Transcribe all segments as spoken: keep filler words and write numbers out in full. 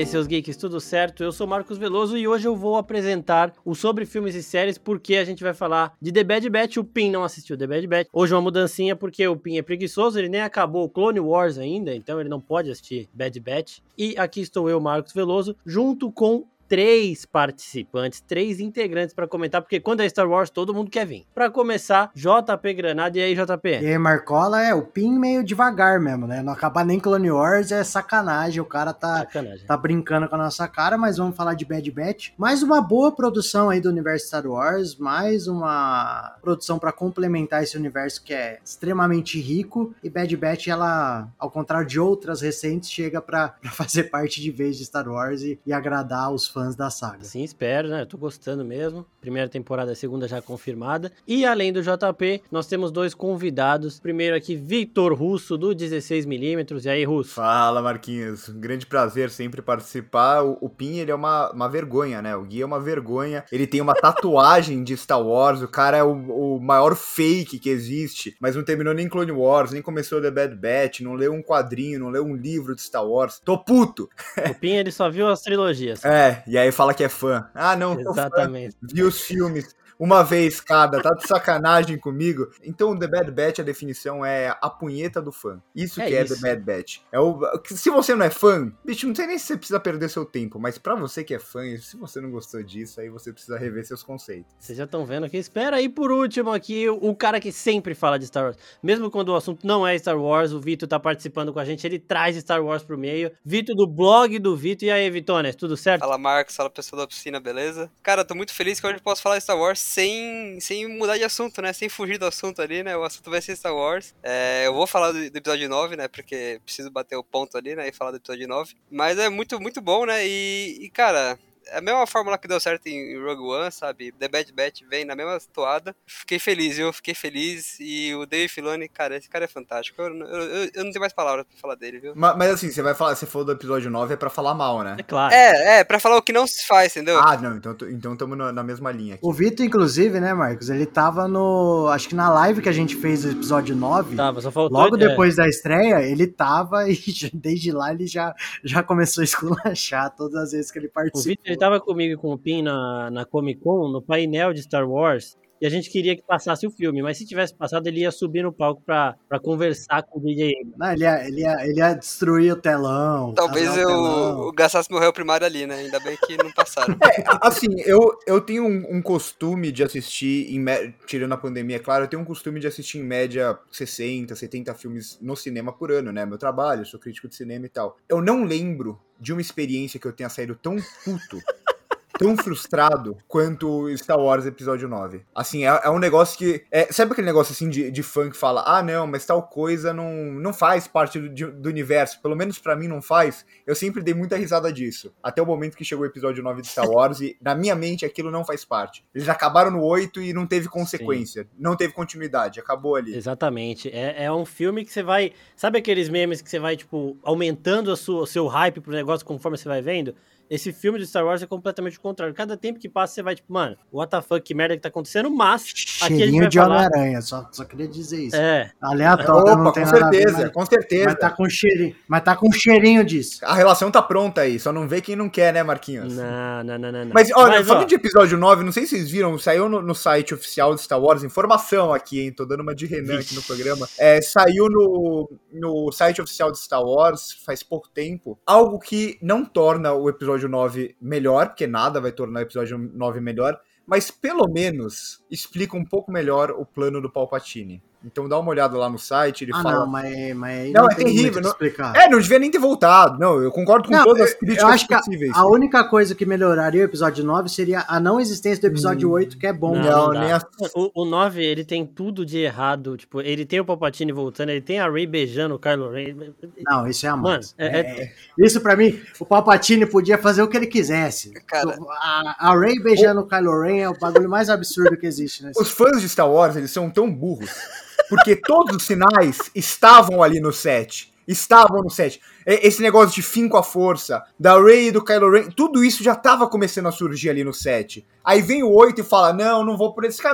aí, seus geeks, tudo certo? Eu sou Marcos Veloso e hoje eu vou apresentar o Sobre Filmes e Séries, porque a gente vai falar de The Bad Batch. O Pim não assistiu The Bad Batch. Hoje é uma mudancinha porque o Pim é preguiçoso, ele nem acabou o Clone Wars ainda, então ele não pode assistir Bad Batch. E aqui estou eu, Marcos Veloso, junto com três participantes, três integrantes para comentar, porque quando é Star Wars, todo mundo quer vir. Para começar, J P Granada. E aí, J P? E aí, Marcola, é o Pin meio devagar mesmo, né? Não acabar nem Clone Wars é sacanagem, o cara tá, sacanagem. tá brincando com a nossa cara, mas vamos falar de Bad Batch. Mais uma boa produção aí do universo Star Wars, mais uma produção para complementar esse universo que é extremamente rico, e Bad Batch, ela, ao contrário de outras recentes, chega para fazer parte de vez de Star Wars e, e agradar os fãs da saga. Sim, espero, né? Eu tô gostando mesmo. Primeira temporada, segunda já confirmada. E além do J P, nós temos dois convidados. Primeiro aqui, Victor Russo, do dezesseis milímetros. E aí, Russo? Fala, Marquinhos. Um grande prazer sempre participar. O, o Pin, ele é uma, uma vergonha, né? O Gui é uma vergonha. Ele tem uma tatuagem de Star Wars. O cara é o, o maior fake que existe. Mas não terminou nem Clone Wars, nem começou The Bad Batch, não leu um quadrinho, não leu um livro de Star Wars. Tô puto! O Pin, ele só viu as trilogias. É, e aí fala que é fã. Ah, não, exatamente. Fã. Vi os filmes uma vez cada, tá de sacanagem comigo. Então, The Bad Batch, a definição é a punheta do fã. Isso é que é isso. The Bad Batch. É o... Se você não é fã, bicho, não sei nem se você precisa perder seu tempo, mas pra você que é fã, se você não gostou disso, aí você precisa rever seus conceitos. Vocês já estão vendo aqui. Espera aí, por último aqui, o cara que sempre fala de Star Wars. Mesmo quando o assunto não é Star Wars, o Vitor tá participando com a gente, ele traz Star Wars pro meio. Vitor do blog do Vitor. E aí, Vitones, tudo certo? Fala, Marcos. Fala, pessoal da oficina, beleza? Cara, tô muito feliz que hoje eu posso falar de Star Wars sem, sem mudar de assunto, né? Sem fugir do assunto ali, né? O assunto vai ser Star Wars. É, eu vou falar do, do episódio nove, né? Porque preciso bater o ponto ali, né? E falar do episódio nove. Mas é muito, muito bom, né? E, e cara... É a mesma fórmula que deu certo em Rogue One, sabe? The Bad Batch vem na mesma toada. Fiquei feliz, eu fiquei feliz. E o Dave Filoni, cara, esse cara é fantástico. Eu, eu, eu, eu não tenho mais palavras pra falar dele, viu? Mas, mas assim, você vai falar, você falou do episódio nove, é pra falar mal, né? É claro. É, é, pra falar o que não se faz, entendeu? Ah, não, então então estamos na mesma linha aqui. O Vitor, inclusive, né, Marcos? Ele tava no... Acho que na live que a gente fez do episódio nove. Tava, só faltou... Logo depois é. da estreia, ele tava e desde lá ele já, já começou a esculachar todas as vezes que ele participou. O Vitor, ele tava comigo com o Pin na, na Comic Con, no painel de Star Wars, e a gente queria que passasse o filme, mas se tivesse passado, ele ia subir no palco pra, pra conversar com o D J. Não, ele ia, ele, ia, ele ia destruir o telão. Talvez eu telão. gastasse meu réu primário ali, né? Ainda bem que não passaram. É, assim, eu, eu tenho um, um costume de assistir, em, tirando a pandemia, é claro, eu tenho um costume de assistir em média sessenta, setenta filmes no cinema por ano, né? Meu trabalho, eu sou crítico de cinema e tal. Eu não lembro de uma experiência que eu tenha saído tão puto, tão frustrado quanto Star Wars Episódio nove. Assim, é, é um negócio que... É, sabe aquele negócio assim de, de fã que fala, ah, não, mas tal coisa não, não faz parte do, de, do universo. Pelo menos pra mim não faz. Eu sempre dei muita risada disso. Até o momento que chegou o Episódio nove de Star Wars e, na minha mente, aquilo não faz parte. Eles acabaram no oito e não teve consequência. Sim. Não teve continuidade. Acabou ali. Exatamente. É, é um filme que você vai... Sabe aqueles memes que você vai, tipo, aumentando a sua, o seu hype pro negócio conforme você vai vendo? Esse filme de Star Wars é completamente o contrário. Cada tempo que passa, você vai tipo, mano, what the fuck, que merda que tá acontecendo, mas... Cheirinho aqui a gente vai de falar... Homem-Aranha, só, só queria dizer isso. É. Aleatório, Opa, não tem com nada certeza, a ver, mas, com certeza. Mas tá com cheirinho, mas tá com cheirinho disso. A relação tá pronta aí, só não vê quem não quer, né, Marquinhos? Não, não, não, não. não. Mas, olha, mas, falando ó... de Episódio nove, não sei se vocês viram, saiu no, no site oficial de Star Wars, informação aqui, hein, tô dando uma de Renan aqui no programa, é, saiu no, no site oficial de Star Wars faz pouco tempo, algo que não torna o Episódio nove melhor, porque nada vai tornar o Episódio nove melhor, mas pelo menos explica um pouco melhor o plano do Palpatine. Então dá uma olhada lá no site, ele ah, fala... não, mas, mas não, não é tem terrível. muito Não... explicar. É, não devia nem ter voltado. Não, eu concordo com não, todas as eu, críticas eu acho que possíveis. A, a única coisa que melhoraria o episódio nove seria a não existência do episódio hum, oito, que é bom. Não, não, não nem a... o, o nove, ele tem tudo de errado. Tipo, ele tem o Palpatine voltando, ele tem a Rey beijando o Kylo Ren. Não, isso é a Mano, é, é, é... Isso pra mim, o Palpatine podia fazer o que ele quisesse. Cara... A, a Rey beijando o... o Kylo Ren é o bagulho mais absurdo que existe. Nesse... Os fãs de Star Wars, eles são tão burros. Porque todos os sinais estavam ali no set. Estavam no set. Esse negócio de fim com a força, da Rey e do Kylo Ren, tudo isso já tava começando a surgir ali no set. Aí vem o oito e fala, não, não vou por esse caminho.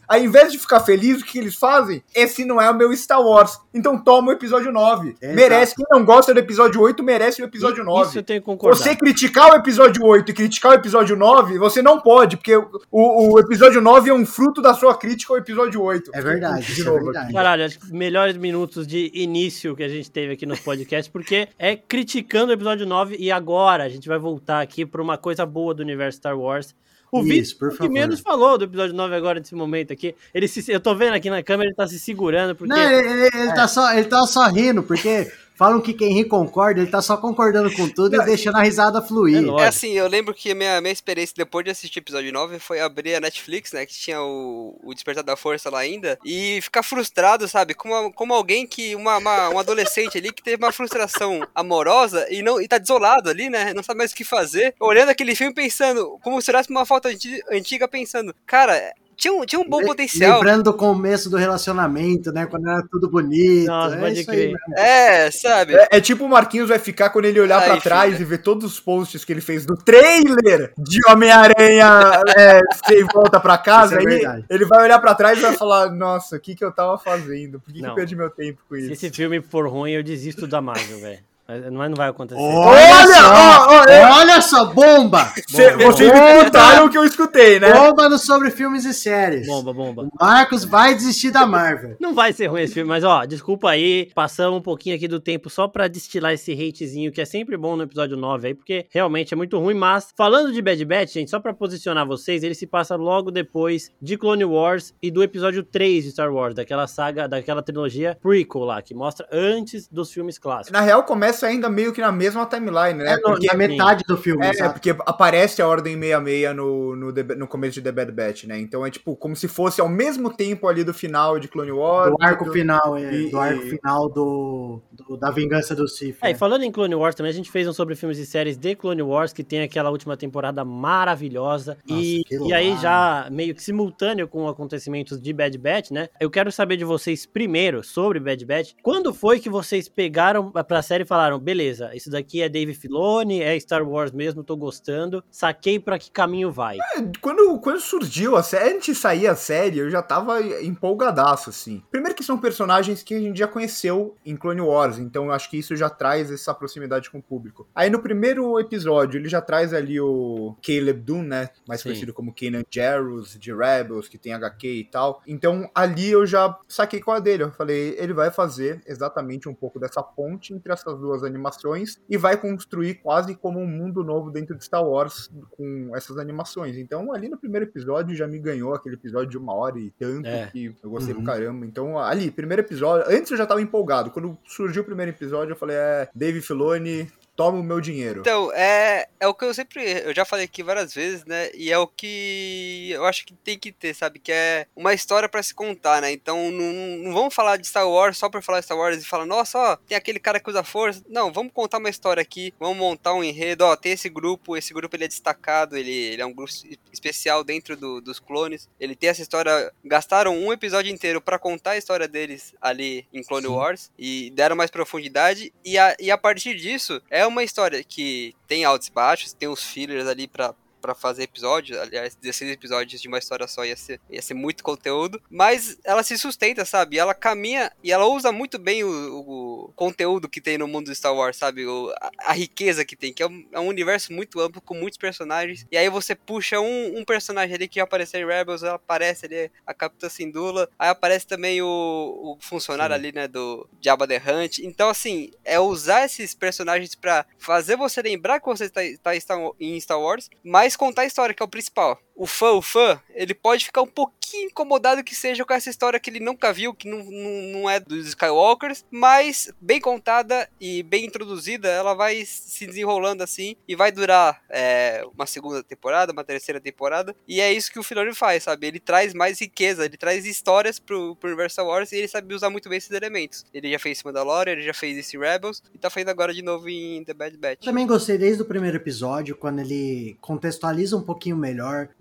Aí, ao invés de ficar feliz, o que eles fazem? Esse não é o meu Star Wars. Então toma o episódio nove. Exato. Merece. Quem não gosta do episódio oito, merece o episódio nove. Isso eu tenho que concordar. Você criticar o episódio oito e criticar o episódio nove, você não pode, porque o, o episódio nove é um fruto da sua crítica ao episódio oito. É verdade, de é novo verdade. Aqui. Caralho, acho que melhores minutos de início que a gente teve aqui no podcast, porque é criticando o episódio nove e agora a gente vai voltar aqui pra uma coisa boa do universo Star Wars. O Vitor que menos falou do episódio nove agora, nesse momento aqui. Ele se, eu tô vendo aqui na câmera, ele tá se segurando. Porque... Não, ele, ele, ele, é. tá só, ele tá só rindo, porque falam que quem ri concorda, ele tá só concordando com tudo e deixando a risada fluir. É, é assim, eu lembro que a minha, minha experiência depois de assistir o episódio nove foi abrir a Netflix, né, que tinha o, o Despertar da Força lá ainda, e ficar frustrado, sabe, como, como alguém que, uma, uma, um adolescente ali que teve uma frustração amorosa e, não, e tá desolado ali, né, não sabe mais o que fazer, olhando aquele filme pensando, como se olhasse uma foto antiga pensando, cara... Tinha um, tinha um bom potencial. Lembrando do começo do relacionamento, né? Quando era tudo bonito. Nossa, é pode isso crer. aí, né? É, sabe? É, é tipo o Marquinhos vai ficar quando ele olhar Ai, pra trás filho. e ver todos os posts que ele fez do trailer de Homem-Aranha é, Sem Volta Pra Casa. Isso é Aí verdade. ele vai olhar pra trás e vai falar, nossa, o que que eu tava fazendo? Por que, que Não. eu perdi meu tempo com isso? Se esse filme for ruim, eu desisto da Marvel, velho. Mas não vai acontecer. Olha só! ó, ó, é. Olha só, bomba! Cê, Bomba, vocês bomba. me escutaram o que eu escutei, né? Bomba no Sobre Filmes e Séries. Bomba, bomba. O Marcos vai desistir da Marvel. Não vai ser ruim esse filme, mas ó, desculpa aí, passamos um pouquinho aqui do tempo só pra destilar esse hatezinho, que é sempre bom no episódio nove aí, porque realmente é muito ruim, mas falando de Bad Batch, gente, só pra posicionar vocês, ele se passa logo depois de Clone Wars e do episódio três de Star Wars, daquela saga, daquela trilogia prequel lá, que mostra antes dos filmes clássicos. Na real, começa ainda meio que na mesma timeline, né? É, no, Porque- na metade do filme, É, sabe? porque aparece a Ordem sessenta e seis no, no, The- no começo de The Bad Batch, né? Então é tipo, como se fosse ao mesmo tempo ali do final de Clone Wars. Do arco do- final, é, e- do arco e- final do, do- da vingança do Sith. É, e né? falando em Clone Wars também, a gente fez um sobre filmes e séries de Clone Wars, que tem aquela última temporada maravilhosa. Nossa, e, que e aí, lá. já meio que simultâneo com acontecimentos de Bad Batch, né? Eu quero saber de vocês primeiro sobre Bad Batch. Quando foi que vocês pegaram pra série e falaram, beleza, isso daqui é Dave Filoni, é Star Wars mesmo, tô gostando, saquei pra que caminho vai? Quando, quando surgiu a série, antes de sair a série, eu já tava empolgadaço, assim. Primeiro que são personagens que a gente já conheceu em Clone Wars, então eu acho que isso já traz essa proximidade com o público. Aí no primeiro episódio, ele já traz ali o Caleb Dune, né? Mais Sim. conhecido como Kanan Jarrus, de Rebels, que tem H Q e tal. Então ali eu já saquei qual é dele. Eu falei, ele vai fazer exatamente um pouco dessa ponte entre essas duas animações e vai construir quase como um mundo novo dentro de Star Wars com essas animações. Então, ali no primeiro episódio já me ganhou, aquele episódio de uma hora e tanto, É. que eu gostei Uhum. pra caramba. Então, ali, primeiro episódio, antes eu já tava empolgado. Quando surgiu o primeiro episódio, eu falei, é, Dave Filoni, toma o meu dinheiro. Então, é, é o que eu sempre. Eu já falei aqui várias vezes, né? E é o que eu acho que tem que ter, sabe? Que é uma história pra se contar, né? Então, não, não vamos falar de Star Wars só pra falar de Star Wars e falar, nossa, ó, tem aquele cara que usa força. Não, vamos contar uma história aqui, vamos montar um enredo. Ó, tem esse grupo, esse grupo ele é destacado, ele, ele é um grupo especial dentro do, dos clones. Ele tem essa história. Gastaram um episódio inteiro pra contar a história deles ali em Clone Sim. Wars e deram mais profundidade. E a, e a partir disso, é uma história que tem altos e baixos, tem os fillers ali pra, pra fazer episódios. Aliás, dezesseis episódios de uma história só ia ser, ia ser muito conteúdo. Mas ela se sustenta, sabe? Ela caminha e ela usa muito bem o, o conteúdo que tem no mundo do Star Wars, sabe? O, a, a riqueza que tem, que é um, é um universo muito amplo, com muitos personagens. E aí você puxa um, um personagem ali que já apareceu em Rebels, ela aparece ali, a Capitã Syndulla. Aí aparece também o, o funcionário Sim. ali, né, do Jabba the Hutt. Então, assim, é usar esses personagens pra fazer você lembrar que você está, está em Star Wars, mas contar a história, que é o principal. O fã, o fã, ele pode ficar um pouquinho incomodado que seja com essa história que ele nunca viu, que não, não, não é dos Skywalkers, mas bem contada e bem introduzida, ela vai se desenrolando assim e vai durar é, uma segunda temporada, uma terceira temporada, e é isso que o Filoni faz, sabe? Ele traz mais riqueza, ele traz histórias pro, pro universo Star Wars e ele sabe usar muito bem esses elementos. Ele já fez Mandalorian, ele já fez esse Rebels e tá fazendo agora de novo em The Bad Batch. Eu também gostei desde o primeiro episódio, quando ele contextualiza um pouquinho melhor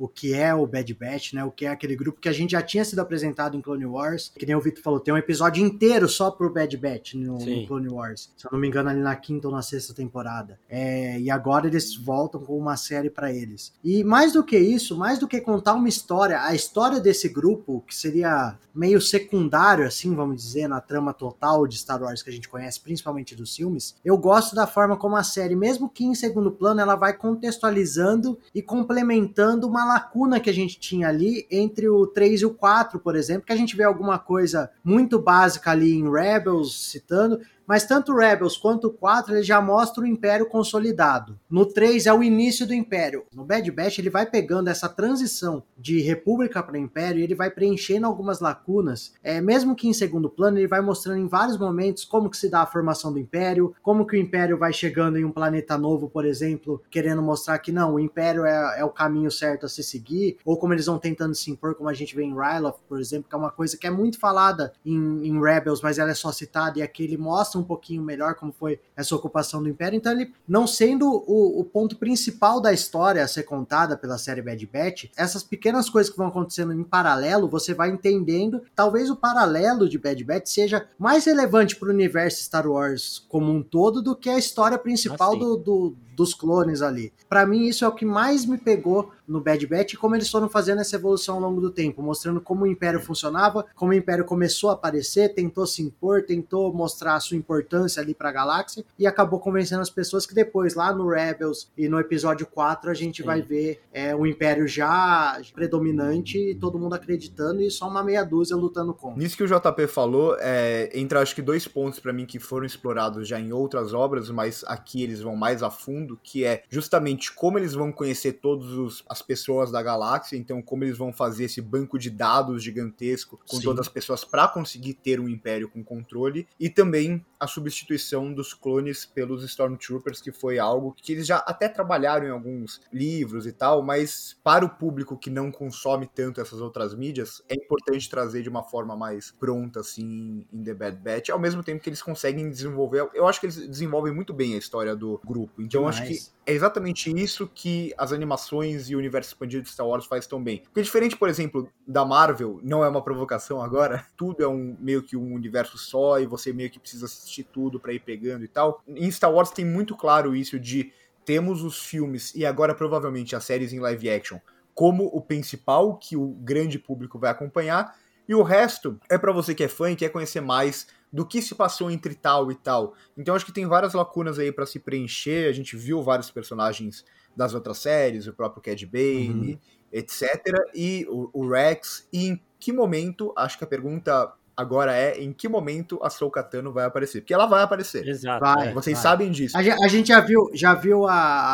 o que é o Bad Batch, né? O que é aquele grupo que a gente já tinha sido apresentado em Clone Wars, que nem o Vitor falou, tem um episódio inteiro só pro Bad Batch no, no Clone Wars, se eu não me engano ali na quinta ou na sexta temporada. É, e agora eles voltam com uma série pra eles. E mais do que isso, mais do que contar uma história, a história desse grupo, que seria meio secundário, assim, vamos dizer, na trama total de Star Wars que a gente conhece, principalmente dos filmes, eu gosto da forma como a série, mesmo que em segundo plano, ela vai contextualizando e complementando uma lacuna que a gente tinha ali entre o três e o quatro, por exemplo, que a gente vê alguma coisa muito básica ali em Rebels, citando, mas tanto o Rebels quanto o quatro, ele já mostra o Império consolidado. No três é o início do Império. No Bad Batch ele vai pegando essa transição de República para Império e ele vai preenchendo algumas lacunas. É, mesmo que em segundo plano, ele vai mostrando em vários momentos como que se dá a formação do Império, como que o Império vai chegando em um planeta novo, por exemplo, querendo mostrar que não, o Império é, é o caminho certo a se seguir, ou como eles vão tentando se impor, como a gente vê em Ryloth, por exemplo, que é uma coisa que é muito falada em, em Rebels, mas ela é só citada e aqui ele mostra um pouquinho melhor como foi essa ocupação do Império. Então ele, não sendo o, o ponto principal da história a ser contada pela série Bad Batch, essas pequenas coisas que vão acontecendo em paralelo, você vai entendendo, talvez o paralelo de Bad Batch seja mais relevante para o universo Star Wars como um todo do que a história principal ah, do, do, dos clones ali. Para mim isso é o que mais me pegou no Bad Batch e como eles foram fazendo essa evolução ao longo do tempo, mostrando como o Império funcionava, como o Império começou a aparecer, tentou se impor, tentou mostrar a sua importância ali pra galáxia e acabou convencendo as pessoas que depois, lá no Rebels e no episódio quatro, a gente Sim. vai ver é, o Império já predominante e todo mundo acreditando e só uma meia dúzia lutando contra. Nisso que o J P falou, é, entra acho que dois pontos pra mim que foram explorados já em outras obras, mas aqui eles vão mais a fundo, que é justamente como eles vão conhecer todos os as pessoas da galáxia, então como eles vão fazer esse banco de dados gigantesco com Sim. todas as pessoas para conseguir ter um império com controle, e também a substituição dos clones pelos Stormtroopers, que foi algo que eles já até trabalharam em alguns livros e tal, mas para o público que não consome tanto essas outras mídias, é importante trazer de uma forma mais pronta, assim, em The Bad Batch, ao mesmo tempo que eles conseguem desenvolver, eu acho que eles desenvolvem muito bem a história do grupo, então Demais. Acho que é exatamente isso que as animações e o universo expandido de Star Wars faz tão bem. Porque diferente, por exemplo, da Marvel, não é uma provocação agora, tudo é um meio que um universo só e você meio que precisa assistir tudo pra ir pegando e tal. Em Star Wars tem muito claro isso de temos os filmes e agora provavelmente as séries em live action como o principal que o grande público vai acompanhar e o resto é pra você que é fã e quer conhecer mais do que se passou entre tal e tal. Então acho que tem várias lacunas aí pra se preencher, a gente viu vários personagens das outras séries, o próprio Cad Bane, uhum. etcétera, e o, o Rex, e em que momento, acho que a pergunta agora é, em que momento a Ahsoka Tano vai aparecer? Porque ela vai aparecer. Exato. Vai, Vocês vai. sabem disso. A, a gente já viu, já viu a,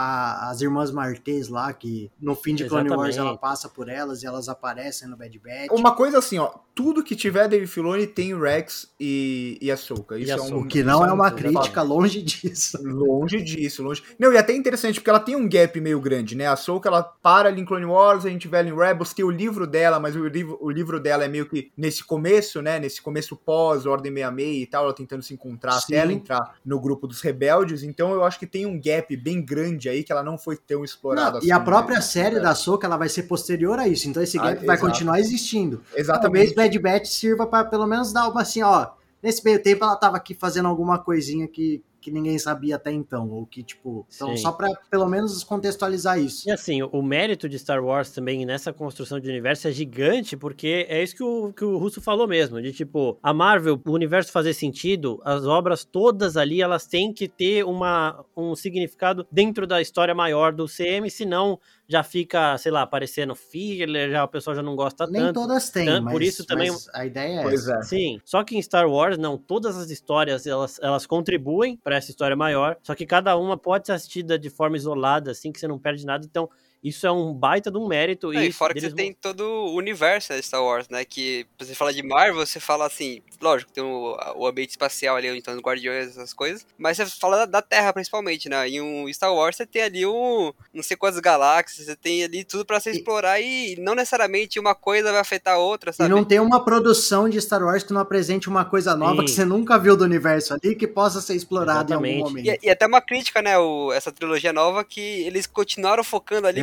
a, as irmãs Martês lá, que no fim de Clone Wars ela passa por elas e elas aparecem no Bad Batch. Uma coisa assim, ó, tudo que tiver Dave Filoni tem Rex e, e Ahsoka. Isso e é um, um, o que não é uma um, crítica, longe disso. Longe disso, longe. Não, e até interessante, porque ela tem um gap meio grande, né? A Ahsoka, ela para ali em Clone Wars, a gente vê ela em Rebels, tem o livro dela, mas o livro, o livro dela é meio que nesse começo, né? Nesse começo pós Ordem sessenta e seis e tal, ela tentando se encontrar Sim. até ela entrar no grupo dos rebeldes, então eu acho que tem um gap bem grande aí que ela não foi tão explorada não, assim. E a própria né? série da Ahsoka, ela vai ser posterior a isso, então esse gap ah, vai exato. continuar existindo. Exatamente. Talvez Bad Batch sirva para pelo menos dar uma assim, ó, nesse meio tempo ela tava aqui fazendo alguma coisinha que que ninguém sabia até então, ou que, tipo... Então, Sim. só pra, pelo menos, contextualizar isso. E, assim, o, o mérito de Star Wars também nessa construção de universo é gigante, porque é isso que o, que o Russo falou mesmo, de, tipo, a Marvel, o universo fazer sentido, as obras todas ali, elas têm que ter uma, um significado dentro da história maior do C M, senão já fica, sei lá, aparecendo filler, já o pessoal já não gosta Nem tanto. Nem todas têm, tanto, mas, por isso também, mas a ideia é pois essa. É. Sim, só que em Star Wars, não, todas as histórias, elas, elas contribuem para essa história maior, só que cada uma pode ser assistida de forma isolada, assim, que você não perde nada, então isso é um baita de um mérito. É, e e fora que você tem todo o universo de Star Wars, né, que você fala de Marvel, você fala assim, lógico, tem o, o ambiente espacial ali, então os Guardiões, essas coisas, mas você fala da, da Terra principalmente, né, em um Star Wars você tem ali um, não sei quantas galáxias, você tem ali tudo pra você explorar e não necessariamente uma coisa vai afetar a outra, sabe? E não tem uma produção de Star Wars que não apresente uma coisa nova Sim. que você nunca viu do universo ali, que possa ser explorada em algum momento. E, e até uma crítica, né, o, essa trilogia nova, que eles continuaram focando ali, Exatamente.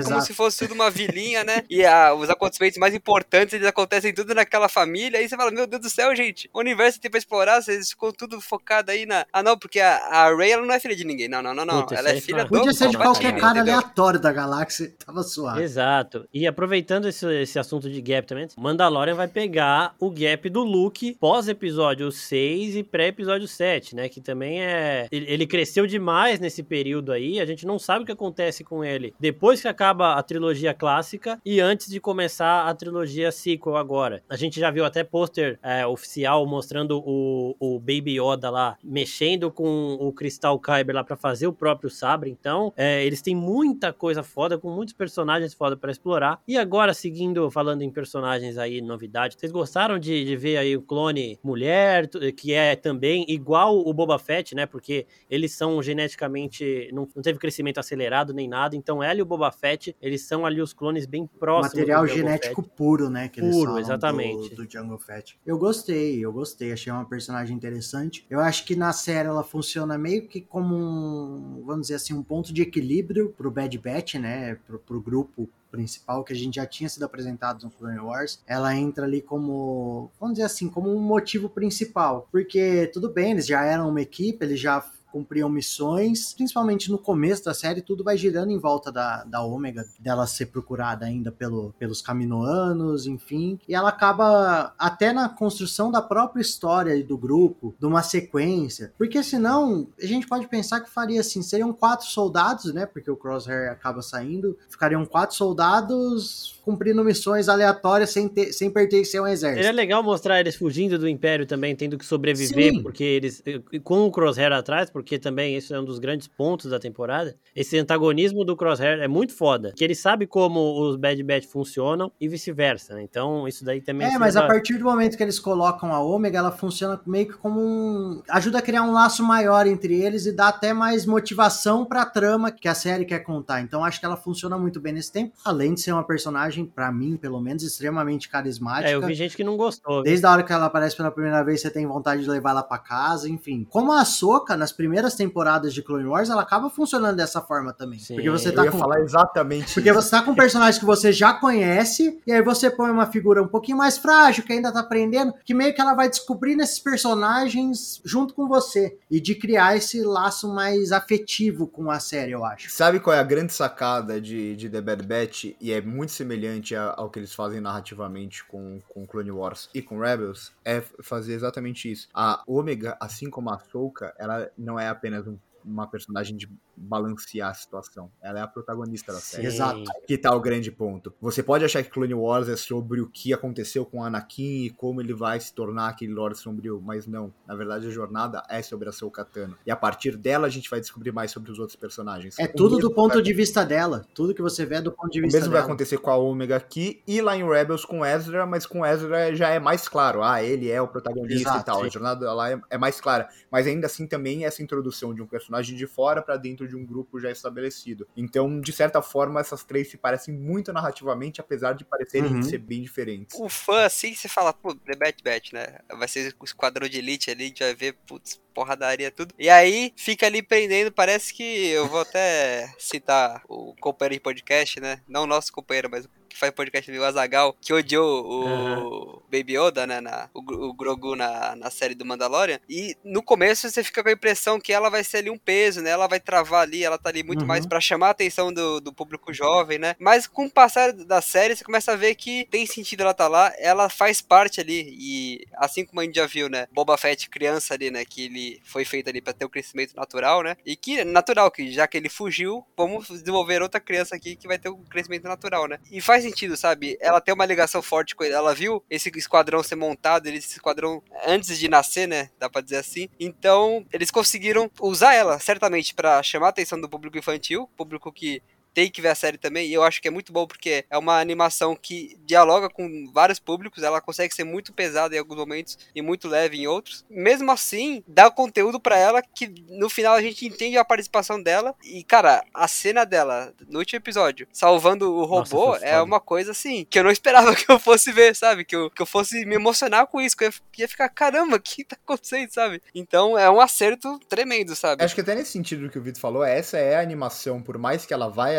como se fosse tudo uma vilinha, né? E a, os acontecimentos mais importantes, eles acontecem tudo naquela família. Aí você fala, meu Deus do céu, gente, o universo tem pra explorar, vocês ficam tudo focado aí na... Ah, não, porque a, a Rey, ela não é filha de ninguém. Não, não, não, não. Puta, ela é filha é do... Podia ser de qualquer Palpatine, cara entendeu? aleatório da galáxia, tava suave. Exato. E aproveitando esse, esse assunto de gap também, Mandalorian vai pegar o gap do Luke pós-episódio seis e pré-episódio sete, né? Que também é... Ele, ele cresceu demais nesse período aí, a gente não sabe o que acontece com ele depois que acaba a trilogia clássica e antes de começar a trilogia sequel agora. A gente já viu até pôster é, oficial mostrando o, o Baby Yoda lá, mexendo com o Crystal Kyber lá pra fazer o próprio sabre, então é, eles têm muita coisa foda, com muitos personagens foda pra explorar. E agora, seguindo, falando em personagens aí, novidade, vocês gostaram de, de ver aí o clone mulher, que é também igual o Boba Fett, né, porque eles são geneticamente, não, não teve crescimento acelerado nem nada, então ela e o Boba Fett, eles são ali os clones bem próximos. Material genético Fett. Puro, né, que eles puro, falam exatamente. Do, do Jango Fett. Eu gostei, eu gostei, achei uma personagem interessante. Eu acho que na série ela funciona meio que como um, vamos dizer assim, um ponto de equilíbrio pro Bad Batch, né, pro, pro grupo principal, que a gente já tinha sido apresentado no Clone Wars. Ela entra ali como, vamos dizer assim, como um motivo principal, porque tudo bem, eles já eram uma equipe, eles já cumpriam missões, principalmente no começo da série, tudo vai girando em volta da, da Ômega, dela ser procurada ainda pelo, pelos Kaminoanos, enfim, e ela acaba até na construção da própria história do grupo, de uma sequência, porque senão a gente pode pensar que faria assim, seriam quatro soldados, né, porque o Crosshair acaba saindo, ficariam quatro soldados cumprindo missões aleatórias sem, ter, sem pertencer a um exército. Seria legal mostrar eles fugindo do Império também, tendo que sobreviver, Sim. porque eles, com o Crosshair atrás, porque também esse é um dos grandes pontos da temporada, esse antagonismo do Crosshair é muito foda, que ele sabe como os Bad Batch funcionam e vice-versa, né? Então isso daí também... É, mas a partir do momento que eles colocam a Ômega, ela funciona meio que como um... ajuda a criar um laço maior entre eles e dá até mais motivação pra trama que a série quer contar. Então acho que ela funciona muito bem nesse tempo, além de ser uma personagem, pra mim, pelo menos, extremamente carismática. É, eu vi gente que não gostou. Desde a hora que ela aparece pela primeira vez, você tem vontade de levar ela pra casa, enfim. Como a Ahsoka, nas primeiras temporadas de Clone Wars, ela acaba funcionando dessa forma também. Sim, porque você tá eu ia com... falar exatamente Porque isso. você tá com um personagem que você já conhece, e aí você põe uma figura um pouquinho mais frágil, que ainda tá aprendendo, que meio que ela vai descobrindo esses personagens junto com você, e de criar esse laço mais afetivo com a série, eu acho. Sabe qual é a grande sacada de, de The Bad Batch, e é muito semelhante a, ao que eles fazem narrativamente com, com Clone Wars e com Rebels? É fazer exatamente isso. A Ômega, assim como a Ahsoka, ela não é apenas um uma personagem de balancear a situação. Ela é a protagonista da série. Exato. Que tá o grande ponto. Você pode achar que Clone Wars é sobre o que aconteceu com Anakin e como ele vai se tornar aquele Lorde Sombrio, mas não. Na verdade, a jornada é sobre a Ahsoka Tano. E a partir dela, a gente vai descobrir mais sobre os outros personagens. É o tudo do ponto vai... de vista dela. Tudo que você vê é do ponto de vista dela. O mesmo vai acontecer com a Ômega aqui e lá em Rebels com Ezra, mas com Ezra já é mais claro. Ah, ele é o protagonista. Exato, e tal. Sim. A jornada lá é, é mais clara. Mas ainda assim também essa introdução de um personagem de fora pra dentro de um grupo já estabelecido. Então, de certa forma, essas três se parecem muito narrativamente, apesar de parecerem uhum. ser bem diferentes. O fã, assim, você fala, pô, The Bad Batch, né? Vai ser o esquadrão de elite ali, a gente vai ver, putz, porradaria, tudo. E aí, fica ali prendendo, parece que, eu vou até citar o companheiro de podcast, né? Não o nosso companheiro, mas o que faz podcast ali, o Azaghal, que odiou o uhum. Baby Yoda, né? Na, o, o Grogu na, na série do Mandalorian. E no começo você fica com a impressão que ela vai ser ali um peso, né? Ela vai travar ali, ela tá ali muito uhum. mais pra chamar a atenção do, do público jovem, né? Mas com o passar da série, você começa a ver que tem sentido ela tá lá, ela faz parte ali. E assim como a gente já viu, né? Boba Fett criança ali, né? Que ele foi feito ali pra ter o um crescimento natural, né? E que natural, que já que ele fugiu, vamos desenvolver outra criança aqui que vai ter um crescimento natural, né? E faz sentido, sabe? Ela tem uma ligação forte com ele. Ela viu esse esquadrão ser montado, esse esquadrão antes de nascer, né? Dá pra dizer assim. Então, eles conseguiram usar ela, certamente, pra chamar a atenção do público infantil, público que tem que ver a série também, e eu acho que é muito bom porque é uma animação que dialoga com vários públicos, ela consegue ser muito pesada em alguns momentos e muito leve em outros. Mesmo assim, dá conteúdo pra ela que no final a gente entende a participação dela e, cara, a cena dela no último episódio, salvando o robô, Nossa, é uma coisa assim, que eu não esperava que eu fosse ver, sabe? Que eu, que eu fosse me emocionar com isso, que eu ia, que ia ficar, caramba, o que tá acontecendo, sabe? Então é um acerto tremendo, sabe? Acho que até nesse sentido que o Vitor falou, essa é a animação, por mais que ela vai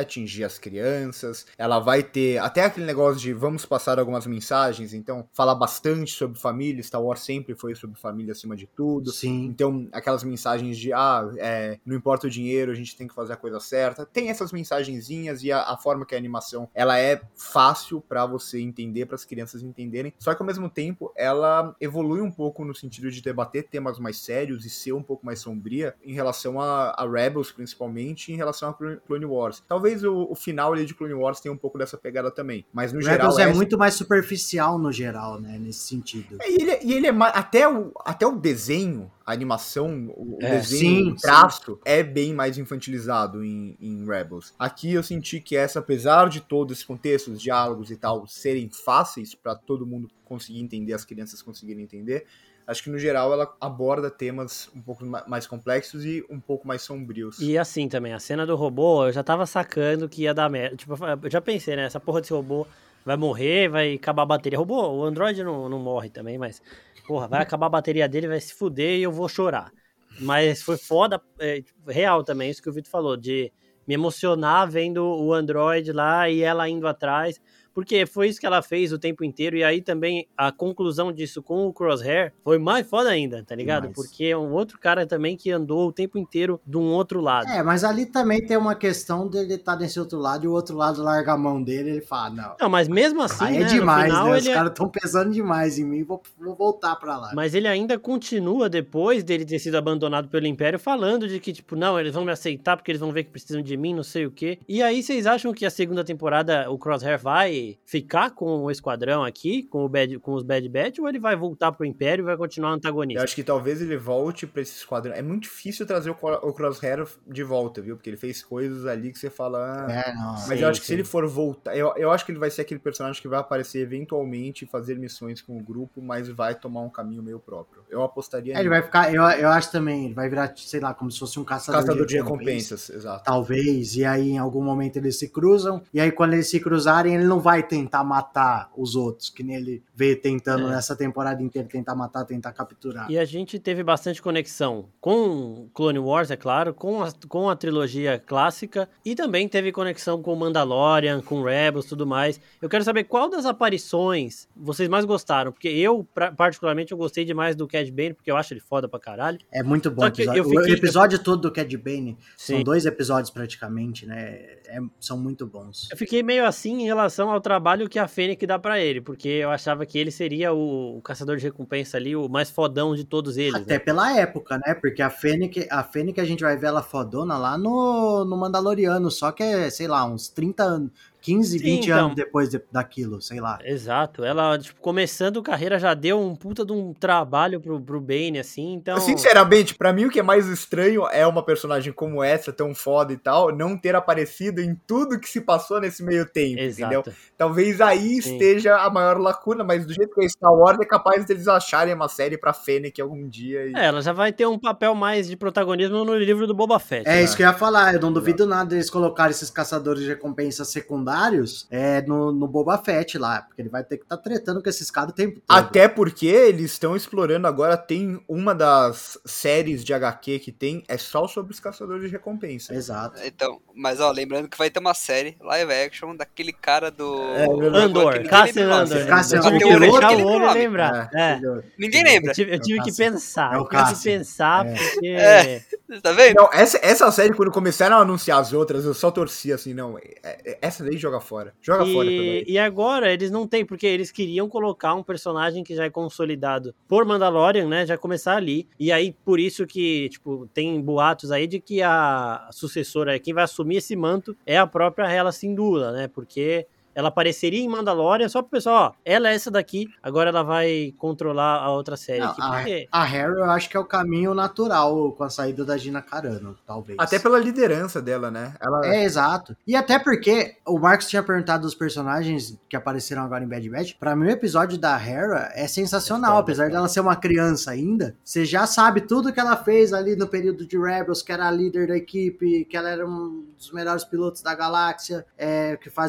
atingir as crianças, ela vai ter até aquele negócio de vamos passar algumas mensagens, então falar bastante sobre família. Star Wars sempre foi sobre família acima de tudo. Sim. Então aquelas mensagens de ah, é, não importa o dinheiro, a gente tem que fazer a coisa certa. Tem essas mensagenzinhas e a, a forma que a animação ela é fácil pra você entender, para as crianças entenderem, só que ao mesmo tempo ela evolui um pouco no sentido de debater temas mais sérios e ser um pouco mais sombria em relação a, a Rebels, principalmente, e em relação a Clone Wars. Talvez o, o final ali de Clone Wars tenha um pouco dessa pegada também, mas no Rebels geral... é essa... muito mais superficial no geral, né, nesse sentido. É, e, ele, e ele é mais... Até o, até o desenho, a animação, o é, desenho, sim, o traço, sim. é bem mais infantilizado em, em Rebels. Aqui eu senti que essa, apesar de todo esse contexto, os diálogos e tal, serem fáceis pra todo mundo conseguir entender, as crianças conseguirem entender, acho que no geral ela aborda temas um pouco mais complexos e um pouco mais sombrios. E assim também, a cena do robô, eu já tava sacando que ia dar merda. Tipo, eu já pensei, né? Essa porra desse robô vai morrer, vai acabar a bateria. Robô, o Android não, não morre também, mas, porra, vai acabar a bateria dele, vai se fuder e eu vou chorar. Mas foi foda, é, real também, isso que o Vitor falou, de me emocionar vendo o Android lá e ela indo atrás. Porque foi isso que ela fez o tempo inteiro, e aí também a conclusão disso com o Crosshair foi mais foda ainda, tá ligado? Demais. Porque é um outro cara também que andou o tempo inteiro de um outro lado. É, mas ali também tem uma questão dele estar tá nesse outro lado e o outro lado larga a mão dele e ele fala, não. Não, mas mesmo assim, aí né, é demais, final, né? Os é... caras é... estão pesando demais em mim, vou, vou voltar pra lá. Mas ele ainda continua, depois dele ter sido abandonado pelo Império, falando de que, tipo, não, eles vão me aceitar porque eles vão ver que precisam de mim, não sei o quê. E aí, vocês acham que a segunda temporada, o Crosshair vai ficar com o esquadrão aqui, com, o Bad, com os Bad Batch, ou ele vai voltar pro Império e vai continuar antagonista? Eu acho que talvez ele volte pra esse esquadrão. É muito difícil trazer o, o Crosshair de volta, viu? Porque ele fez coisas ali que você fala... Ah, é, não, mas sim, eu acho que sim. se ele for voltar... Eu, eu acho que ele vai ser aquele personagem que vai aparecer eventualmente e fazer missões com o grupo, mas vai tomar um caminho meio próprio. Eu apostaria é, ele vai ficar... Eu, eu acho também, ele vai virar, sei lá, como se fosse um caçador, caçador de, de recompensas. recompensas. Exato. Talvez, e aí em algum momento eles se cruzam, e aí quando eles se cruzarem, ele não vai tentar matar os outros, que nem ele veio tentando é. nessa temporada inteira, tentar matar, tentar capturar. E a gente teve bastante conexão com Clone Wars, é claro, com a, com a trilogia clássica, e também teve conexão com Mandalorian, com Rebels e tudo mais. Eu quero saber qual das aparições vocês mais gostaram, porque eu, pra, particularmente, eu gostei demais do Cad Bane, porque eu acho ele foda pra caralho. É muito bom o episódio. Fiquei... O episódio todo do Cad Bane, Sim. são dois episódios praticamente, né? É, são muito bons. Eu fiquei meio assim em relação ao trabalho que a Fennec dá pra ele, porque eu achava que ele seria o, o caçador de recompensa ali, o mais fodão de todos eles. Até né? pela época, né? Porque a Fennec, a Fennec a gente vai ver ela fodona lá no, no Mandaloriano, só que é, sei lá, uns trinta anos. quinze, vinte Sim, então, anos depois de, daquilo, sei lá. Exato, ela, tipo, começando carreira já deu um puta de um trabalho pro, pro Bane, assim, então... Sinceramente, pra mim o que é mais estranho é uma personagem como essa, tão foda e tal, não ter aparecido em tudo que se passou nesse meio tempo, Exato. Entendeu? Talvez aí Sim. esteja a maior lacuna, mas do jeito que é Star Wars, é capaz deles acharem uma série pra Fennec algum dia. E... É, ela já vai ter um papel mais de protagonismo no livro do Boba Fett. É né? isso que eu ia falar, eu não duvido Exato. nada deles colocarem esses caçadores de recompensa secundários é, no, no Boba Fett lá, porque ele vai ter que estar tá tretando com esses caras o tempo todo. Até porque eles estão explorando agora, tem uma das séries de H Q que tem, é só sobre os caçadores de recompensa. Exato. Então, mas ó, lembrando que vai ter uma série live action daquele cara do... É, Andor, Cassian Andor. Cassian Andor. Eu tive que fechar o olho e lembrar. É. É. Ninguém lembra. Eu tive, eu tive que pensar, é eu tive que pensar, é. porque... É. Tá vendo? Não, essa, essa série, quando começaram a anunciar as outras, eu só torcia assim, não, essa daí joga fora. Joga e, fora também. E agora eles não têm, porque eles queriam colocar um personagem que já é consolidado por Mandalorian, né, já começar ali. E aí, por isso que, tipo, tem boatos aí de que a sucessora, quem vai assumir esse manto, é a própria Hela Syndulla, né, porque... ela apareceria em Mandalorian só pro pessoal, ó, ela é essa daqui, agora ela vai controlar a outra série. Não, aqui, a, porque... a Hera eu acho que é o caminho natural com a saída da Gina Carano, talvez. Até pela liderança dela, né? Ela... É, exato. E até porque o Marcos tinha perguntado dos personagens que apareceram agora em Bad Batch, pra mim o episódio da Hera é sensacional, é foda, apesar é dela ser uma criança ainda, você já sabe tudo que ela fez ali no período de Rebels, que era a líder da equipe, que ela era um dos melhores pilotos da galáxia, é, que fazia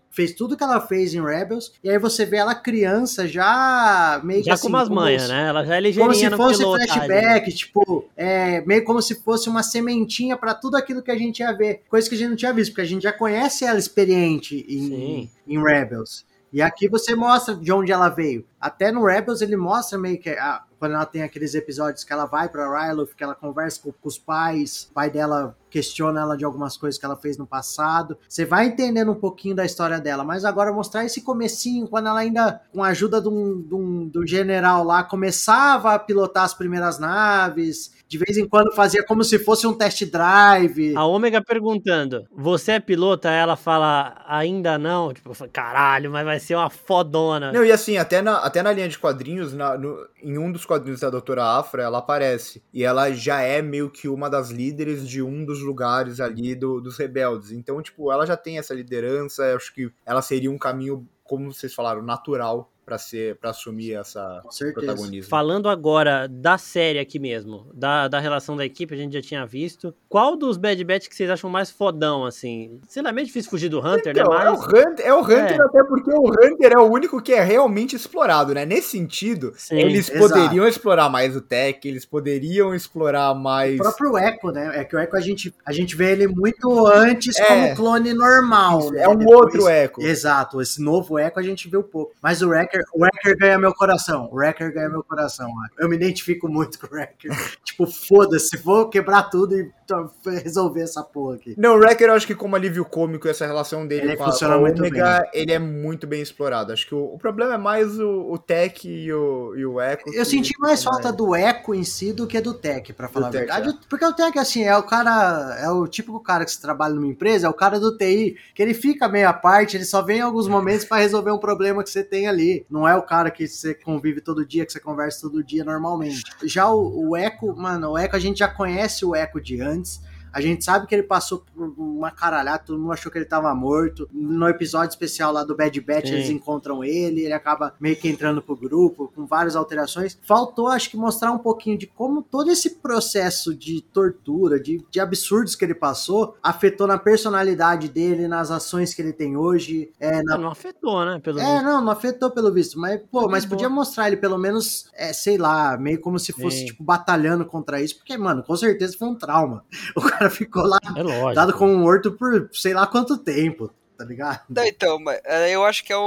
fez tudo que ela fez em Rebels, e aí você vê ela criança já meio que já assim... com umas manhas, se, né? Ela já é ligeirinha no como se fosse flashback, né? tipo, é, meio como se fosse uma sementinha pra tudo aquilo que a gente ia ver. Coisa que a gente não tinha visto, porque a gente já conhece ela experiente em, em Rebels. E aqui você mostra de onde ela veio. Até no Rebels ele mostra meio que... A, quando ela tem aqueles episódios que ela vai pra Ryloth, que ela conversa com, com os pais, o pai dela questiona ela de algumas coisas que ela fez no passado. Você vai entendendo um pouquinho da história dela, mas agora mostrar esse comecinho, quando ela ainda, com a ajuda de um, de um, do general lá, começava a pilotar as primeiras naves, de vez em quando fazia como se fosse um test drive. A Ômega perguntando, você é pilota? Ela fala, ainda não. Tipo, caralho, mas vai ser uma fodona. Não, e assim, até na, até na linha de quadrinhos, na, no, em um dos quadrinhos da Doutora Aphra, ela aparece. E ela já é meio que uma das líderes de um dos lugares ali do, dos rebeldes. Então, tipo, ela já tem essa liderança. Eu acho que ela seria um caminho, como vocês falaram, natural pra ser, para assumir essa protagonismo. Falando agora da série aqui mesmo, da, da relação da equipe, a gente já tinha visto. Qual dos Bad Batch que vocês acham mais fodão, assim? Sei lá, é meio difícil fugir do Hunter, então, né? Mas... É o Hunter, é o Hunter é. até porque o Hunter é o único que é realmente explorado, né? Nesse sentido, Sim, eles exato. poderiam explorar mais o Tech, eles poderiam explorar mais... O próprio Echo, né? É que o Echo a gente, a gente vê ele muito antes é. como clone normal. Isso, né? É um Depois, outro Echo. Exato, esse novo Echo a gente vê um pouco. Mas o Wrecker, o Wrecker ganha meu coração. O Wrecker ganha meu coração. Eu me identifico muito com o Wrecker. Tipo, foda-se, vou quebrar tudo e resolver essa porra aqui. Não, o Wrecker eu acho que como alívio cômico, essa relação dele ele com funciona a, com a muito Omega, bem. ele é muito bem explorado. Acho que o, o problema é mais o, o Tech e o, e o Echo. Eu senti mais falta mais... do Echo em si do que do Tech, pra falar do a verdade. Tech, é. Porque o Tech, assim, é o cara, é o típico cara que se trabalha numa empresa, é o cara do T I, que ele fica meio à parte, ele só vem em alguns momentos pra resolver um problema que você tem ali. Não é o cara que você convive todo dia, que você conversa todo dia normalmente. Já o, o Echo, mano, o Echo a gente já conhece o Echo de antes. A gente sabe que ele passou por uma caralhada, todo mundo achou que ele tava morto. No episódio especial lá do Bad Batch, Sim. eles encontram ele, ele acaba meio que entrando pro grupo, com várias alterações. Faltou, acho que, mostrar um pouquinho de como todo esse processo de tortura, de, de absurdos que ele passou, afetou na personalidade dele, nas ações que ele tem hoje. É, na... Não afetou, né? Pelo é, visto. não, não afetou pelo visto. Mas, pô, mas podia mostrar ele pelo menos, é, sei lá, meio como se fosse, Sim. tipo, batalhando contra isso, porque, mano, com certeza foi um trauma. O cara ficou lá, é lógico, dado como morto por sei lá quanto tempo, tá ligado? Não, então, eu acho que é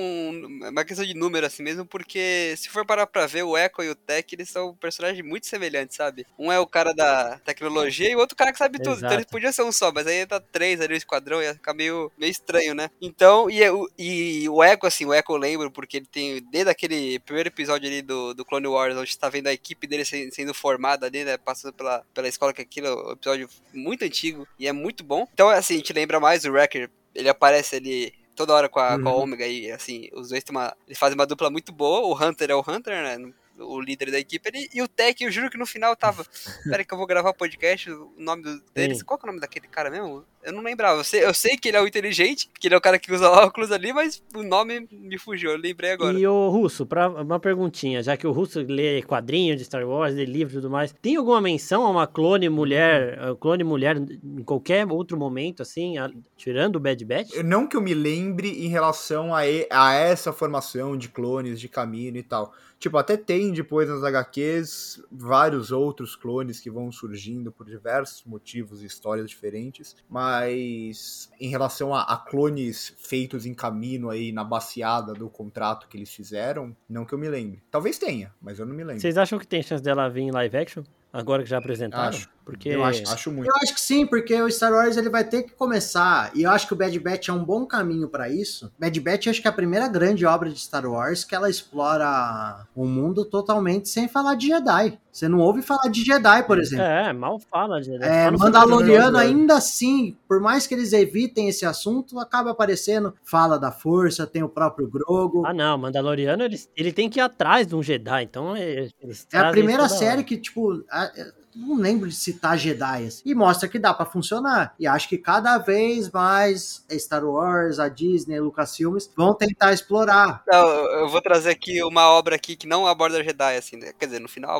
um, uma questão de número assim mesmo, porque se for parar pra ver, o Echo e o Tech, eles são personagens muito semelhantes, sabe? Um é o cara da tecnologia e o outro cara que sabe tudo. Exato. Então eles podiam ser um só, mas aí tá três ali no esquadrão, ia ficar meio, meio estranho, né? Então, e, e o Echo, assim, o Echo eu lembro, porque ele tem, desde aquele primeiro episódio ali do, do Clone Wars, onde você tá vendo a equipe dele sendo formada ali, né? Passando pela, pela escola, que aquilo é um episódio muito antigo e é muito bom. Então, assim, a gente lembra mais o Wrecker. Ele aparece ali toda hora com a, uhum. com a Omega e, assim, os dois tem uma, eles fazem uma dupla muito boa. O Hunter é o Hunter, né? O líder da equipe ali. E o Tech, eu juro que no final tava... Pera que eu vou gravar o podcast, o nome do, deles... Sim. Qual que é o nome daquele cara mesmo? Eu não lembrava. Eu sei, eu sei que ele é o inteligente, que ele é o cara que usa óculos ali, mas o nome me fugiu, eu lembrei agora. E o Russo, pra uma perguntinha, já que o Russo lê quadrinho de Star Wars, lê livro e tudo mais, tem alguma menção a uma clone mulher, clone mulher em qualquer outro momento, assim, a, tirando o Bad Batch? Não que eu me lembre em relação a, e, a essa formação de clones, de caminho e tal. Tipo, até tem depois nas agá quês vários outros clones que vão surgindo por diversos motivos e histórias diferentes, mas em relação a, a clones feitos em caminho aí na baseada do contrato que eles fizeram, não que eu me lembre. Talvez tenha, mas eu não me lembro. Vocês acham que tem chance dela vir em live action? Agora que já apresentaram? Acho. Porque... Eu acho, acho muito. Eu acho que sim, porque o Star Wars ele vai ter que começar, e eu acho que o Bad Batch é um bom caminho pra isso. Bad Batch eu acho que é a primeira grande obra de Star Wars que ela explora o mundo totalmente sem falar de Jedi. Você não ouve falar de Jedi, por exemplo. É, mal fala de Jedi. É, Mandaloriano ainda assim, por mais que eles evitem esse assunto, acaba aparecendo, fala da força, tem o próprio Grogu. Ah não, Mandaloriano ele, ele tem que ir atrás de um Jedi, então eles é a primeira série que, tipo... A, não lembro de citar Jedi, e mostra que dá pra funcionar, e acho que cada vez mais Star Wars, a Disney, Lucasfilmes vão tentar explorar. Não, eu vou trazer aqui uma obra aqui que não aborda Jedi, assim, né? Quer dizer, no final aborda, né,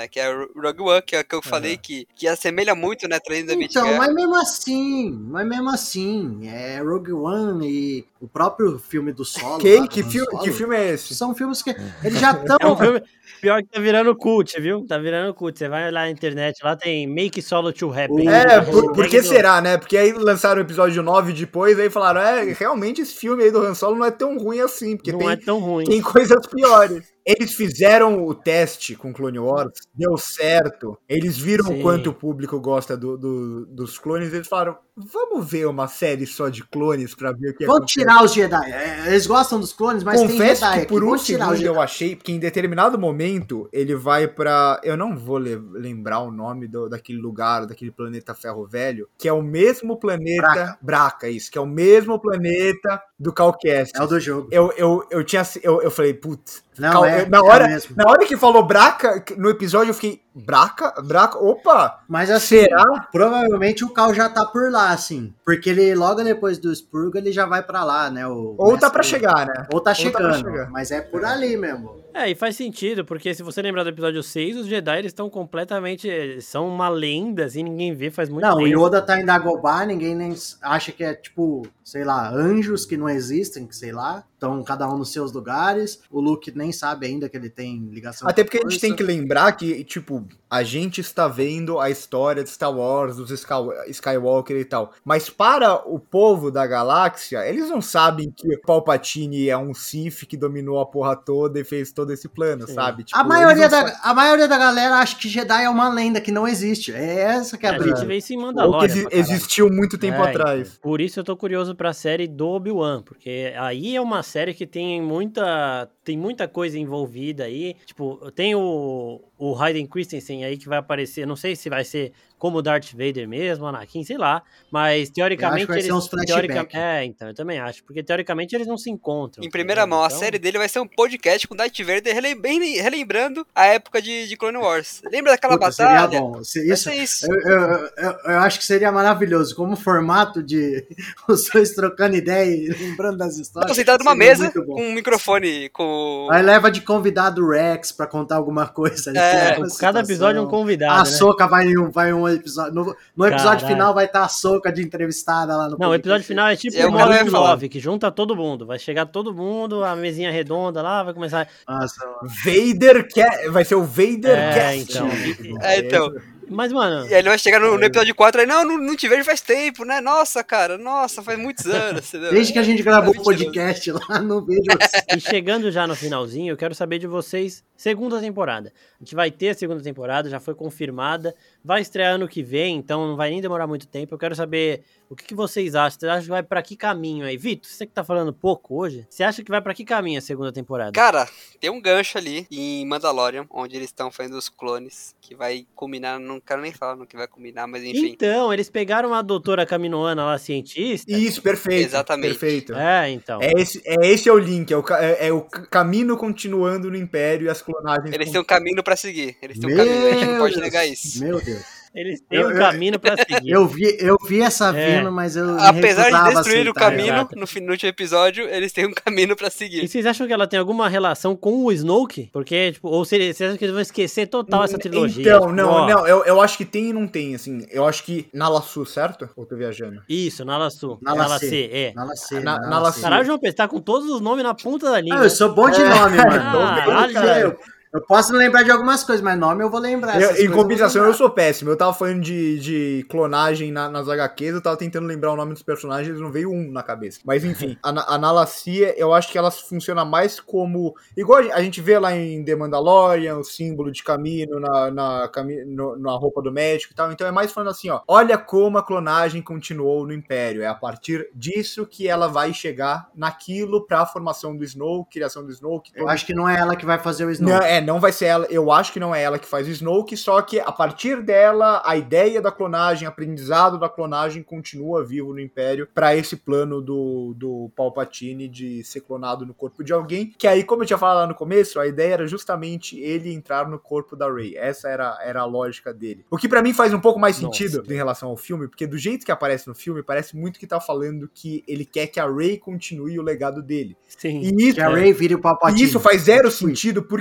né? Que é Rogue One, que é o que eu falei, uhum. que, que assemelha muito, né? Traindo da Então, mas mesmo assim, mas mesmo assim, é Rogue One e o próprio filme do Solo. Que, que, filme, Solo, que filme é esse? São filmes que eles já estão... É um filme... Pior que tá virando cult, viu? Tá virando cult. Você vai lá na internet, lá tem Make Solo to Happen. É, por, por que será, né? Porque aí lançaram o episódio nove depois, aí falaram, é, realmente esse filme aí do Han Solo não é tão ruim assim, porque não tem, é tão ruim. Tem coisas piores. Eles fizeram o teste com Clone Wars, deu certo. Eles viram Sim. o quanto o público gosta do, do, dos clones, eles falaram, vamos ver uma série só de clones pra ver o que Vamos tirar os Jedi. Eles gostam dos clones, mas Confesso tem Jedi que por aqui. um segundo eu achei, porque em determinado momento ele vai pra... Eu não vou le- lembrar o nome do, daquele lugar, daquele planeta Ferro Velho, que é o mesmo planeta... Braca. Braca, isso. Que é o mesmo planeta do Cal Kestis. É o do jogo. Eu, eu, eu, tinha, eu, eu falei, putz... Não, Cal... é, na, hora, é mesmo. na hora que falou Braca, no episódio eu fiquei... Braca? Braca? Opa! Mas assim, será? Provavelmente o Cal já tá por lá, assim. Porque ele, logo depois do Spurgo, ele já vai pra lá, né? O Ou tá pra chegar, né? Ou tá Ou chegando, tá pra chegar. Mas é por ali mesmo. É, e faz sentido, porque se você lembrar do episódio seis, os Jedi, eles estão completamente... São uma lenda, assim, ninguém vê faz muito não, tempo. Não, o Yoda tá em Dagobah, ninguém nem acha que é, tipo, sei lá, anjos que não existem, que sei lá, estão cada um nos seus lugares. O Luke nem sabe ainda que ele tem ligação. Até porque a gente tem que lembrar que, tipo, a gente está vendo a história de Star Wars, dos Skywalker e tal. Mas para o povo da galáxia, eles não sabem que Palpatine é um Sith que dominou a porra toda e fez todo esse plano, Sim. sabe? Tipo, a, maioria da, a maioria da galera acha que Jedi é uma lenda que não existe. É essa que é a, a gente vê isso em Mandalorian. Ou que exi- existiu muito tempo é, atrás. Então, por isso eu tô curioso pra série do Obi-Wan, porque aí é uma série que tem muita, tem muita coisa envolvida aí. Tipo, tem o, o Hayden Christensen aí que vai aparecer, não sei se vai ser como Darth Vader mesmo, Anakin, sei lá, mas teoricamente eu acho que vai eles... ser uns flashbacks. É, então, eu também acho, porque teoricamente eles não se encontram. Em primeira mão, então... a série dele vai ser um podcast com Darth Vader relem- relembrando a época de, de Clone Wars. Lembra daquela Puta, batalha? Seria bom. Se, isso, isso. Eu, eu, eu, eu acho que seria maravilhoso, como formato de os dois trocando ideia e lembrando das histórias. Estão sentados numa mesa com um microfone, com... Aí leva de convidado o Rex pra contar alguma coisa. É, cada situação. Episódio é um convidado, A né? Ahsoka vai em um, vai em um episódio... No, no episódio Caralho. final vai estar a Ahsoka de entrevistada lá no... Não, podcast. O episódio final é tipo o Modern Love, que junta todo mundo. Vai chegar todo mundo, a mesinha redonda lá, vai começar... Nossa, Vader Cast, vai ser o Vader é, Cast. Então. É, então... Mas, mano... E aí ele vai chegar no, no episódio quatro aí, não, não, não te vejo faz tempo, né? Nossa, cara, nossa, faz muitos anos. Entendeu? Desde que a gente gravou o podcast lá, não vejo você. E chegando já no finalzinho, eu quero saber de vocês, segunda temporada. A gente vai ter a segunda temporada, já foi confirmada, vai estrear ano que vem, então não vai nem demorar muito tempo. Eu quero saber o que, que vocês acham. Vocês acham que vai pra que caminho aí? Vitor, você que tá falando pouco hoje, você acha que vai pra que caminho a segunda temporada? Cara, tem um gancho ali em Mandalorian, onde eles estão fazendo os clones, que vai culminar, não quero nem falar no que vai culminar, mas enfim. Então, eles pegaram a doutora Kaminoana lá, cientista. Isso, perfeito. Exatamente. Perfeito. É, então. É esse, é esse é o link, é o, é, é o caminho continuando no Império e as clonagens. Eles têm um caminho pra seguir. Eles têm um caminho, a gente não pode negar isso. Meu Deus. Eles têm eu, um caminho pra seguir. Eu vi, eu vi essa vindo, é. mas eu apesar de destruir o caminho no, no último episódio, eles têm um caminho pra seguir. E vocês acham que ela tem alguma relação com o Snoke? Porque, tipo, ou vocês acham que eles vão esquecer total essa trilogia? Então, tipo, não, ó, não, eu, eu acho que tem e não tem, assim. Eu acho que Nala Su, certo? Ou tô viajando? Isso, Nala Su. Nala, Nala C, C, é. Nala C. Na, Nala C. Caralho, João Pedro, tá com todos os nomes na ponta da língua. Ah, eu sou bom de nome, é, mano. Caralho, eu, eu posso lembrar de algumas coisas, mas nome eu vou lembrar. Eu, em compensação, eu, eu sou péssimo. Eu tava falando de, de clonagem na, nas agá quês, eu tava tentando lembrar o nome dos personagens, não veio um na cabeça. Mas enfim, a, a Nala Cia, eu acho que ela funciona mais como... Igual a gente vê lá em The Mandalorian, o símbolo de caminho na, na, no, na roupa do médico e tal. Então é mais falando assim, ó, olha como a clonagem continuou no Império. É a partir disso que ela vai chegar naquilo pra formação do Snoke, criação do Snoke. Eu acho que não é ela que vai fazer o Snoke. Não, é, não vai ser ela, eu acho que não é ela que faz o Snoke, só que a partir dela, a ideia da clonagem, aprendizado da clonagem continua vivo no Império pra esse plano do, do Palpatine de ser clonado no corpo de alguém, que aí, como eu tinha falado lá no começo, a ideia era justamente ele entrar no corpo da Rey. Essa era, era a lógica dele. O que pra mim faz um pouco mais sentido Nossa. Em relação ao filme, porque do jeito que aparece no filme, parece muito que tá falando que ele quer que a Rey continue o legado dele. Sim. E isso, que a Rey vire o Palpatine. E isso faz zero sentido, por quê? Porque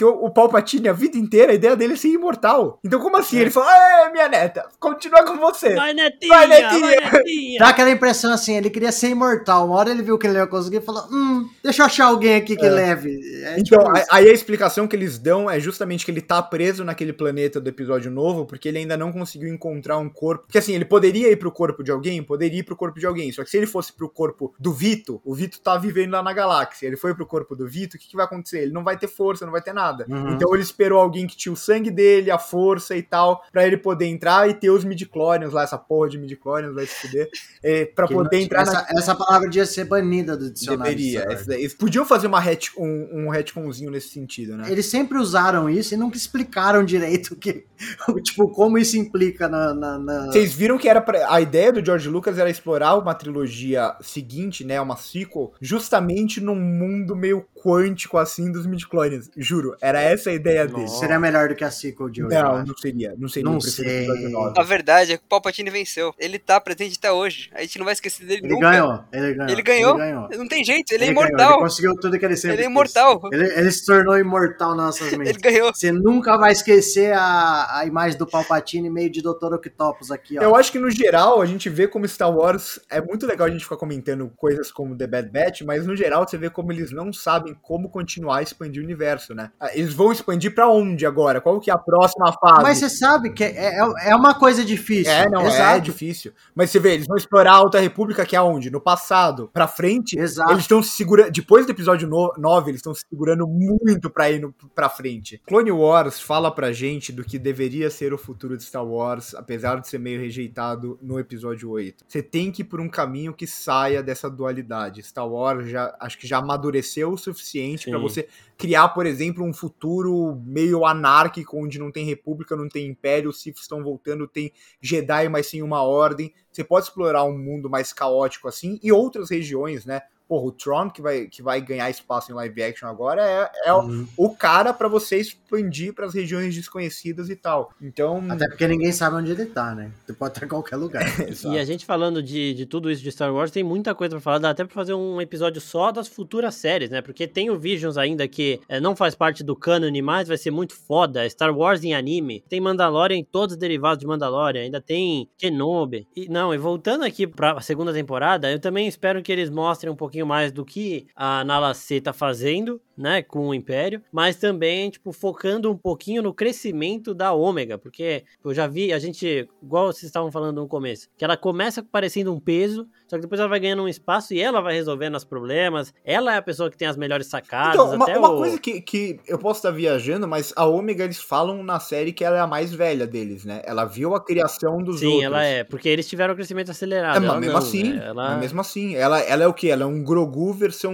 o, o Palpatine a vida inteira, a ideia dele é ser imortal. Então como assim? É. Ele falou, é, minha neta, continua com você. Vai, netinha, vai, netinha. Vai, netinha. Dá aquela impressão assim, ele queria ser imortal. Uma hora ele viu que ele não ia conseguir e falou, hum, deixa eu achar alguém aqui que é. leve. É então, tipo aí a explicação que eles dão é justamente que ele tá preso naquele planeta do episódio novo, porque ele ainda não conseguiu encontrar um corpo. Porque assim, ele poderia ir pro corpo de alguém, poderia ir pro corpo de alguém. Só que se ele fosse pro corpo do Vito, o Vito tá vivendo lá na galáxia. Ele foi pro corpo do Vito, o que, que vai acontecer? Ele não vai ter força, não vai ter nada. Uhum. Então ele esperou alguém que tinha o sangue dele, a força e tal, pra ele poder entrar e ter os midichlorians lá, essa porra de midichlorians vai se fuder, é, pra que poder entrar essa, na... essa palavra devia ser banida do dicionário. Deveria. Eles podiam fazer uma ret, um, um retconzinho nesse sentido, né? Eles sempre usaram isso e nunca explicaram direito que, tipo, como isso implica na... na, na... Vocês viram que era pra... a ideia do George Lucas era explorar uma trilogia seguinte, né, uma sequel, justamente num mundo meio quântico, assim, dos midichlorians. Juro, era essa a ideia dele. Seria melhor do que a sequel de hoje. Não, não seria. Não seria. Não sei. A verdade é que o Palpatine venceu. Ele tá presente até hoje. A gente não vai esquecer dele ele nunca. Ganhou, ele ganhou. Ele ganhou. Ele ganhou. Não tem jeito, ele, ele é imortal. Ganhou. Ele conseguiu tudo que ele sempre Ele é imortal. Ele, ele se tornou imortal nas nossas mentes. Ele ganhou. Você nunca vai esquecer a, a imagem do Palpatine meio de doutor Octopus aqui, ó. Eu acho que, no geral, a gente vê como Star Wars... É muito legal a gente ficar comentando coisas como The Bad Batch, mas, no geral, você vê como eles não sabem como continuar a expandir o universo, né? Eles vão expandir pra onde agora? Qual que é a próxima fase? Mas você sabe que é, é, é uma coisa difícil. É, não, Exato. é difícil. Mas você vê, eles vão explorar a Alta República, que é onde? No passado. Pra frente, Exato. Eles estão se segurando... Depois do episódio nove, eles estão se segurando muito pra ir no, pra frente. Clone Wars fala pra gente do que deveria ser o futuro de Star Wars, apesar de ser meio rejeitado no episódio oito. Você tem que ir por um caminho que saia dessa dualidade. Star Wars já, acho que já amadureceu o suficiente Sim. pra você criar, por exemplo, um futuro meio anárquico, onde não tem república, não tem império, os Sith estão voltando, tem Jedi, mas sem uma ordem. Você pode explorar um mundo mais caótico assim, e outras regiões, né? Porra, o Tron, que vai, que vai ganhar espaço em live action agora, é, é uhum. o, o cara pra você expandir pras regiões desconhecidas e tal. Então... Até porque ninguém sabe onde ele tá, né? Você pode estar em qualquer lugar. E a gente falando de, de tudo isso de Star Wars, tem muita coisa pra falar. Dá até pra fazer um episódio só das futuras séries, né? Porque tem o Visions ainda, que é, não faz parte do canon, mas vai ser muito foda. Star Wars em anime. Tem Mandalorian, todos os derivados de Mandalorian. Ainda tem Kenobi. E, não, e voltando aqui pra segunda temporada, eu também espero que eles mostrem um pouquinho mais do que a Nala Se tá fazendo, né, com o Império, mas também, tipo, focando um pouquinho no crescimento da Ômega, porque eu já vi, a gente, igual vocês estavam falando no começo, que ela começa parecendo um peso, só que depois ela vai ganhando um espaço e ela vai resolvendo os problemas, ela é a pessoa que tem as melhores sacadas. Então, uma, até uma o... coisa que, que eu posso estar viajando, mas a Ômega, eles falam na série que ela é a mais velha deles, né? Ela viu a criação dos Sim, outros. ela é, porque eles tiveram o crescimento acelerado. É, mas ela mesmo não, assim, né? ela... mas mesmo assim, ela, ela é o quê? Ela é um Grogu versão,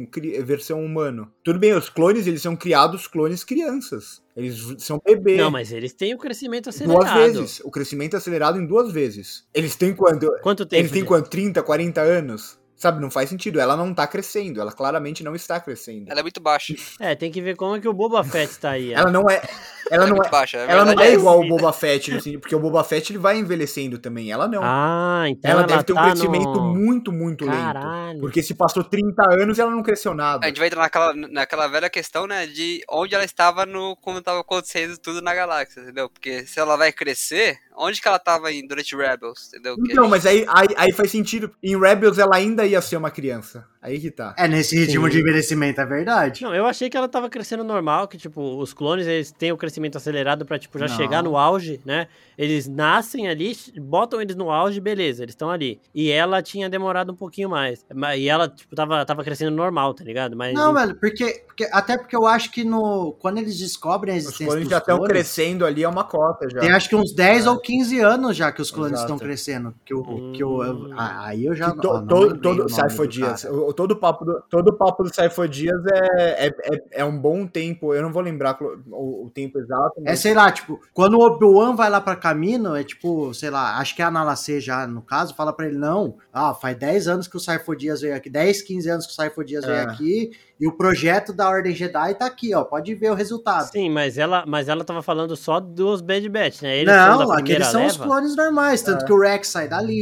versão humano. Tudo bem, os clones, eles são criados clones crianças. Eles são bebês. Não, mas eles têm o crescimento acelerado. Duas vezes. O crescimento acelerado em duas vezes. Eles têm quanto? Quanto tempo? Eles têm quanto? trinta, quarenta anos? Sabe, não faz sentido. Ela não tá crescendo. Ela claramente não está crescendo. Ela é muito baixa. É, tem que ver como é que o Boba Fett tá aí. Ela não é... Ela, ela não é, baixa, ela não é igual ao Boba Fett, assim, porque o Boba Fett ele vai envelhecendo também, ela não. Ah, então ela, ela deve ter tá um crescimento no... muito, muito Caralho. lento. Porque se passou trinta anos e ela não cresceu nada. A gente vai entrar naquela, naquela velha questão, né, de onde ela estava no, quando estava acontecendo tudo na galáxia, entendeu? Porque se ela vai crescer, onde que ela estava em, durante Rebels, entendeu? Não, gente... mas aí, aí, aí faz sentido. Em Rebels ela ainda ia ser uma criança. Aí que tá. É, nesse ritmo Sim. de envelhecimento, é verdade. Não, eu achei que ela tava crescendo normal, que, tipo, os clones, eles têm o crescimento acelerado pra, tipo, já Não. chegar no auge, né? Eles nascem ali, botam eles no auge, beleza, eles estão ali. E ela tinha demorado um pouquinho mais. E ela, tipo, tava, tava crescendo normal, tá ligado? Mas, não, velho, porque, porque... Até porque eu acho que no, quando eles descobrem a existência dos clones... Os clones já estão crescendo ali, é uma cota já. Tem acho que uns dez é. ou quinze anos já que os clones Exato. estão crescendo. Que eu, hum. que eu, eu, aí eu já... To, to, todo todo Saifo Dias, todo o papo do, todo papo do Saifo Dias é, é, é, é um bom tempo, eu não vou lembrar o, o tempo exato. Mas... É, sei lá, tipo, quando o Obi-Wan vai lá pra Camino, é tipo, sei lá, acho que é a Nala Se já, no caso, fala pra ele, não, ah, faz dez anos que o Saifo Dias veio aqui, dez, quinze anos que o Saifo Dias é. veio aqui, e o projeto da Ordem Jedi tá aqui, ó, pode ver o resultado. Sim, mas ela, mas ela tava falando só dos Bad Batch, né? Eles não, são da aqueles são leva. os clones normais, tanto é. que o Rex sai dali,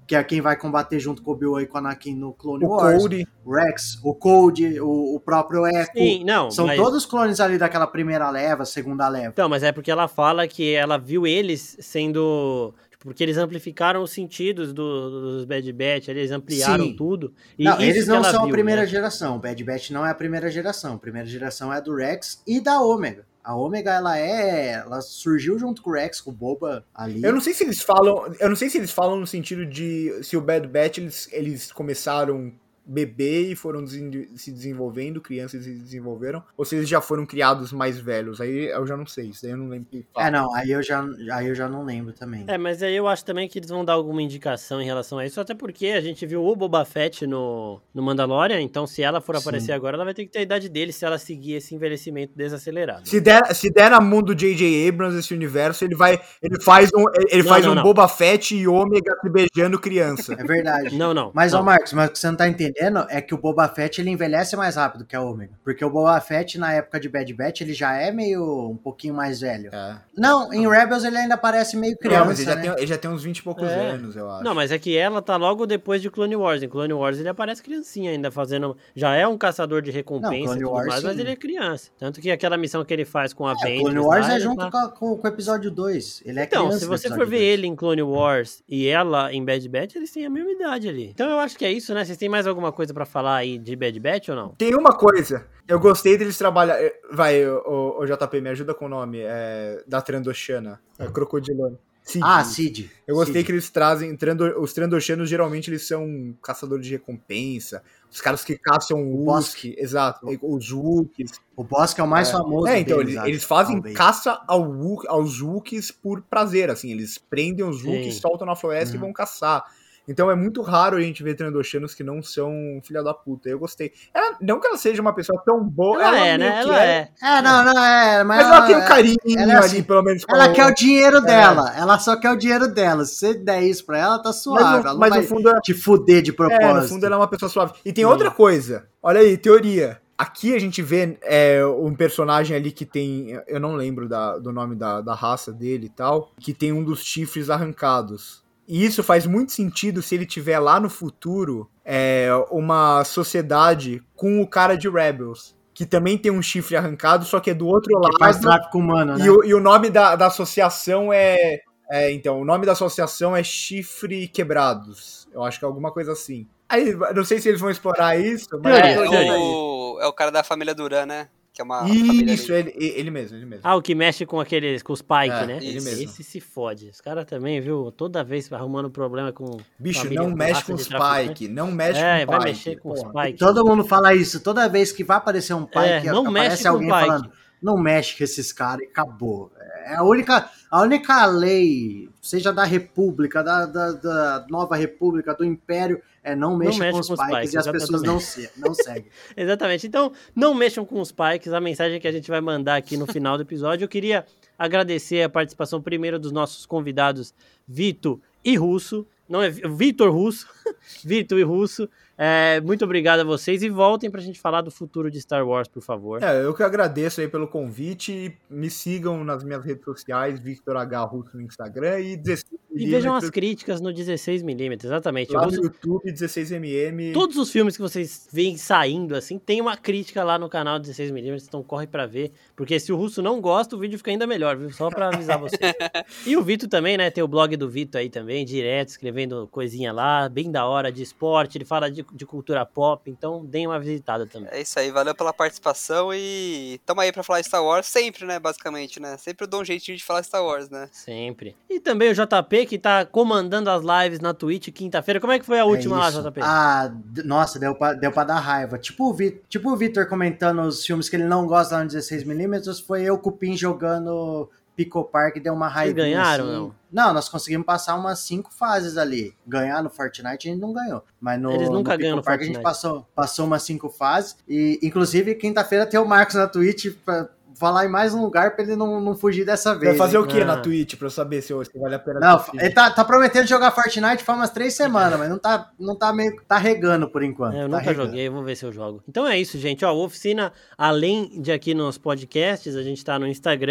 que é quem vai combater junto com o Obi-Wan e com o Anakin no Clone o Wars. Cody. O Rex, o Cody, o, o próprio Echo. Sim, não, São mas... todos clones ali daquela primeira leva, segunda leva. Então, mas é porque ela fala que ela viu eles sendo... Porque eles amplificaram os sentidos do, dos Bad Batch, eles ampliaram Sim. tudo. E não, eles não são viu, a primeira né? geração. O Bad Batch não é a primeira geração. A primeira geração é a do Rex e da Ômega. A Ômega, ela é... Ela surgiu junto com o Rex, com o Boba ali. Eu não sei se eles falam... Eu não sei se eles falam no sentido de... Se o Bad Batch, eles, eles começaram... bebê e foram se desenvolvendo, crianças se desenvolveram, ou se eles já foram criados mais velhos, aí eu já não sei, isso aí eu não lembro. É, não, aí eu, já, aí eu já não lembro também. É, mas aí eu acho também que eles vão dar alguma indicação em relação a isso, até porque a gente viu o Boba Fett no, no Mandalorian, então se ela for Sim. aparecer agora, ela vai ter que ter a idade dele se ela seguir esse envelhecimento desacelerado. Se der, se der na mão do J J Abrams esse universo, ele vai, ele faz um, ele Não, faz não, um não. Boba Fett e Ômega se beijando criança. É verdade. Não, não. Mas, não. ô Marcos, mas o que você não tá entendendo é que o Boba Fett, ele envelhece mais rápido que a Ômega. Porque o Boba Fett, na época de Bad Batch, ele já é meio um pouquinho mais velho. É. Não, em Rebels ele ainda parece meio criança, Não, mas ele já, né? tem, ele já tem uns vinte e poucos É. anos, eu acho. Não, mas é que ela tá logo depois de Clone Wars. Em Clone Wars ele aparece criancinha ainda, fazendo... Já é um caçador de recompensa Não, Clone e tudo Wars, mais, mas sim. ele é criança. Tanto que aquela missão que ele faz com a É, Ventress... o Clone Wars lá, é ele junto tá- com, com- com o episódio dois. Ele é Então, criança se no você for episódio ver dois. ele em Clone Wars e ela em Bad Batch, eles têm a mesma idade ali. Então eu acho que é isso, né? Vocês têm mais alguma coisa pra falar aí de Bad Batch ou não? Tem uma coisa, eu gostei deles trabalhar. Vai, o, o J P, me ajuda com o nome. É, da Trandoshana. É Crocodilano. Cid. Ah, Cid. Eu gostei Cid. que eles trazem. Trando, os Trandoshanos geralmente eles são caçadores de recompensa. Os caras que caçam o Bosque. Wookiee. Exato. Os Wookiees. O Bosque é o mais famoso É, então, deles, eles, acho, eles fazem talvez. caça ao Wook- aos Wookiees por prazer, assim. Eles prendem os Sim. Wookiees, soltam na floresta Uhum. e vão caçar. Então é muito raro a gente ver Trandoshanos que não são filha da puta. Eu gostei. Ela, não que ela seja uma pessoa tão boa. Ela, é, meio né? que Ela é. É, não, não, é. Mas, Mas ela tem um carinho ela é assim, ali, pelo menos. com Ela a- quer o dinheiro É. dela. Ela só quer o dinheiro dela. Se você der isso pra ela, tá suave. Mas, ela no, não mas vai no fundo é, te fuder de propósito. é, no fundo ela é uma pessoa suave. E tem Sim. outra coisa. Olha aí, teoria. Aqui a gente vê é, um personagem ali que tem. Eu não lembro da- do nome da, da raça dele e tal. Que tem um dos chifres arrancados. E isso faz muito sentido se ele tiver lá no futuro é, uma sociedade com o cara de Rebels. Que também tem um chifre arrancado, só que é do outro Que faz lado. tráfico humano, né? E o, e o nome da, da associação é, é. Então, o nome da associação é Chifre Quebrados. Eu acho que é alguma coisa assim. Aí, não sei se eles vão explorar isso, mas. Teoria, É, eu tô teoria. aí. o, é o cara da família Duran, né? Que é uma família Isso, ali. ele, ele mesmo, ele mesmo. Ah, o que mexe com aqueles, com os Pike, É, né? ele Isso. mesmo. Esse se fode. Os caras também, viu? Toda vez arrumando problema com. Bicho, família, não mexe raça com de os traficante. Pike, não mexe É, com vai o Pike. mexer com os porra. Pike. Todo mundo fala isso. Toda vez que vai aparecer um pai É, que não mexe aparece com alguém o pai. falando, não mexe com esses caras e acabou. É a única, a única lei, seja da República, da, da, da Nova República, do Império, é não mexa mexe com os com os Pikes Pikes, e as pessoas não, se, não seguem. Exatamente. Então, não mexam com os Pikes. A mensagem que a gente vai mandar aqui no final do episódio. Eu queria agradecer a participação primeiro dos nossos convidados, Vitor e Russo. Não é Vitor Russo. Vitor e Russo. É, muito obrigado a vocês e voltem pra gente falar do futuro de Star Wars, por favor. É, eu que agradeço aí pelo convite e me sigam nas minhas redes sociais, Victor H. Russo no Instagram e dezesseis E vejam as críticas no dezesseis milímetros, exatamente. lá Eu no uso- YouTube, dezesseis milímetros. Todos os filmes que vocês veem saindo, assim, tem uma crítica lá no canal dezesseis milímetros, então corre pra ver, porque se o Russo não gosta, o vídeo fica ainda melhor, viu? Só pra avisar vocês. E o Vitor também, né? Tem o blog do Vitor aí também, direto, escrevendo coisinha lá, bem da hora, de esporte, ele fala de, de cultura pop, então deem uma visitada também. É isso aí, valeu pela participação e tamo aí pra falar Star Wars sempre, né, basicamente, né? Sempre eu dou um jeitinho de falar Star Wars, né? Sempre. E também o J P, que tá comandando as lives na Twitch quinta-feira. Como é que foi a última É lá, isso. J P? Ah, d- nossa, deu pra, deu pra dar raiva. Tipo o, Vi, tipo o Vitor comentando os filmes que ele não gosta lá no dezesseis milímetros, foi eu com o Pin jogando Pico Park, deu uma raiva. ganharam, assim. não? Não, nós conseguimos passar umas cinco fases ali. Ganhar no Fortnite a gente não ganhou. Mas no, Eles nunca no ganham Pico no Park Fortnite. a gente passou, passou umas cinco fases. E, inclusive, quinta-feira tem o Marcos na Twitch pra falar em mais um lugar pra ele não, não fugir dessa vez. Vai fazer hein? o que Ah. na Twitch pra eu saber se, eu- se vale a pena Não, assistir? ele tá, tá prometendo jogar Fortnite faz umas três semanas, mas não tá, não tá meio. Tá regando por enquanto. É, eu tá nunca regando. joguei, vou ver se eu jogo. Então é isso, gente. Ó, o Oficina, além de aqui nos podcasts, a gente tá no Instagram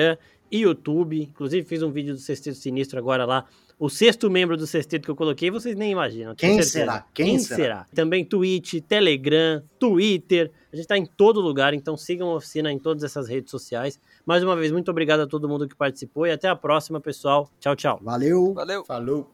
e YouTube. Inclusive, fiz um vídeo do Sexteto Sinistro agora lá. O sexto membro do Sexteto que eu coloquei, vocês nem imaginam. Quem será? Quem, Quem será? será? Também Twitch, Telegram, Twitter. A gente tá em todo lugar, então sigam a Oficina em todas essas redes sociais. Mais uma vez, muito obrigado a todo mundo que participou e até a próxima, pessoal. Tchau, tchau. Valeu. Valeu. Falou.